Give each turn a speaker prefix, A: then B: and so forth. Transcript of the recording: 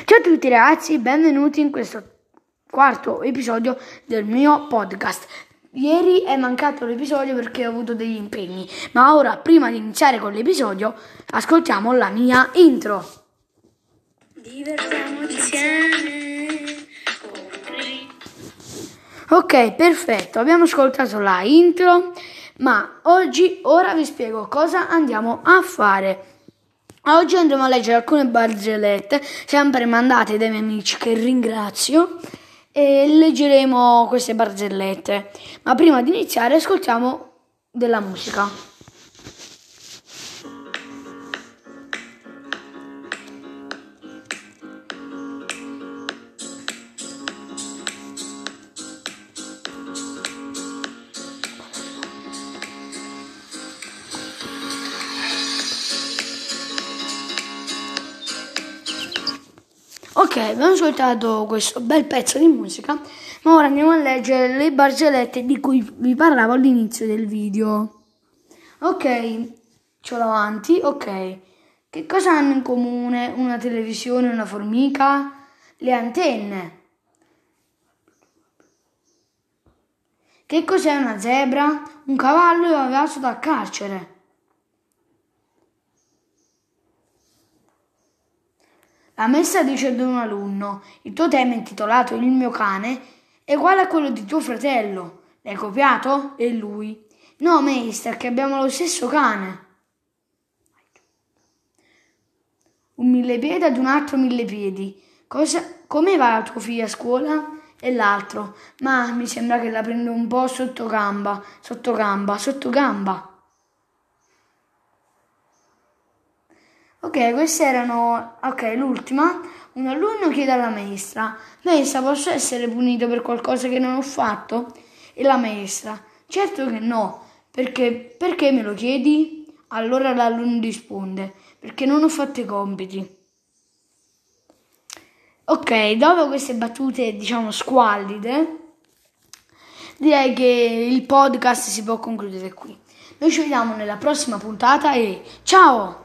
A: Ciao a tutti ragazzi, benvenuti in questo quarto episodio del mio podcast. Ieri è mancato l'episodio perché ho avuto degli impegni, ma ora prima di iniziare con l'episodio ascoltiamo la mia intro. Divertiamoci insieme. Ok, perfetto, abbiamo ascoltato la intro, ma ora vi spiego cosa andiamo a fare. Oggi andremo a leggere alcune barzellette, sempre mandate dai miei amici che ringrazio, e leggeremo queste barzellette. Ma prima di iniziare ascoltiamo della musica. Ok, abbiamo ascoltato questo bel pezzo di musica, ma ora andiamo a leggere le barzellette di cui vi parlavo all'inizio del video. Ok, ce l'ho avanti, ok. Che cosa hanno in comune una televisione e una formica? Le antenne. Che cos'è una zebra? Un cavallo evadato dal carcere. La maestra dice ad un alunno: il tuo tema intitolato Il mio cane è uguale a quello di tuo fratello. L'hai copiato? E lui: no, maestra, che abbiamo lo stesso cane. Un millepiede ad un altro millepiedi. Come va tua figlia a scuola? E l'altro: ma mi sembra che la prendo un po' sotto gamba. Ok, queste erano... Ok, l'ultima. Un alunno chiede alla maestra: maestra, posso essere punito per qualcosa che non ho fatto? E la maestra: certo che no. Perché me lo chiedi? Allora l'alunno risponde: perché non ho fatto i compiti. Ok, dopo queste battute, diciamo, squallide, direi che il podcast si può concludere qui. Noi ci vediamo nella prossima puntata e ciao!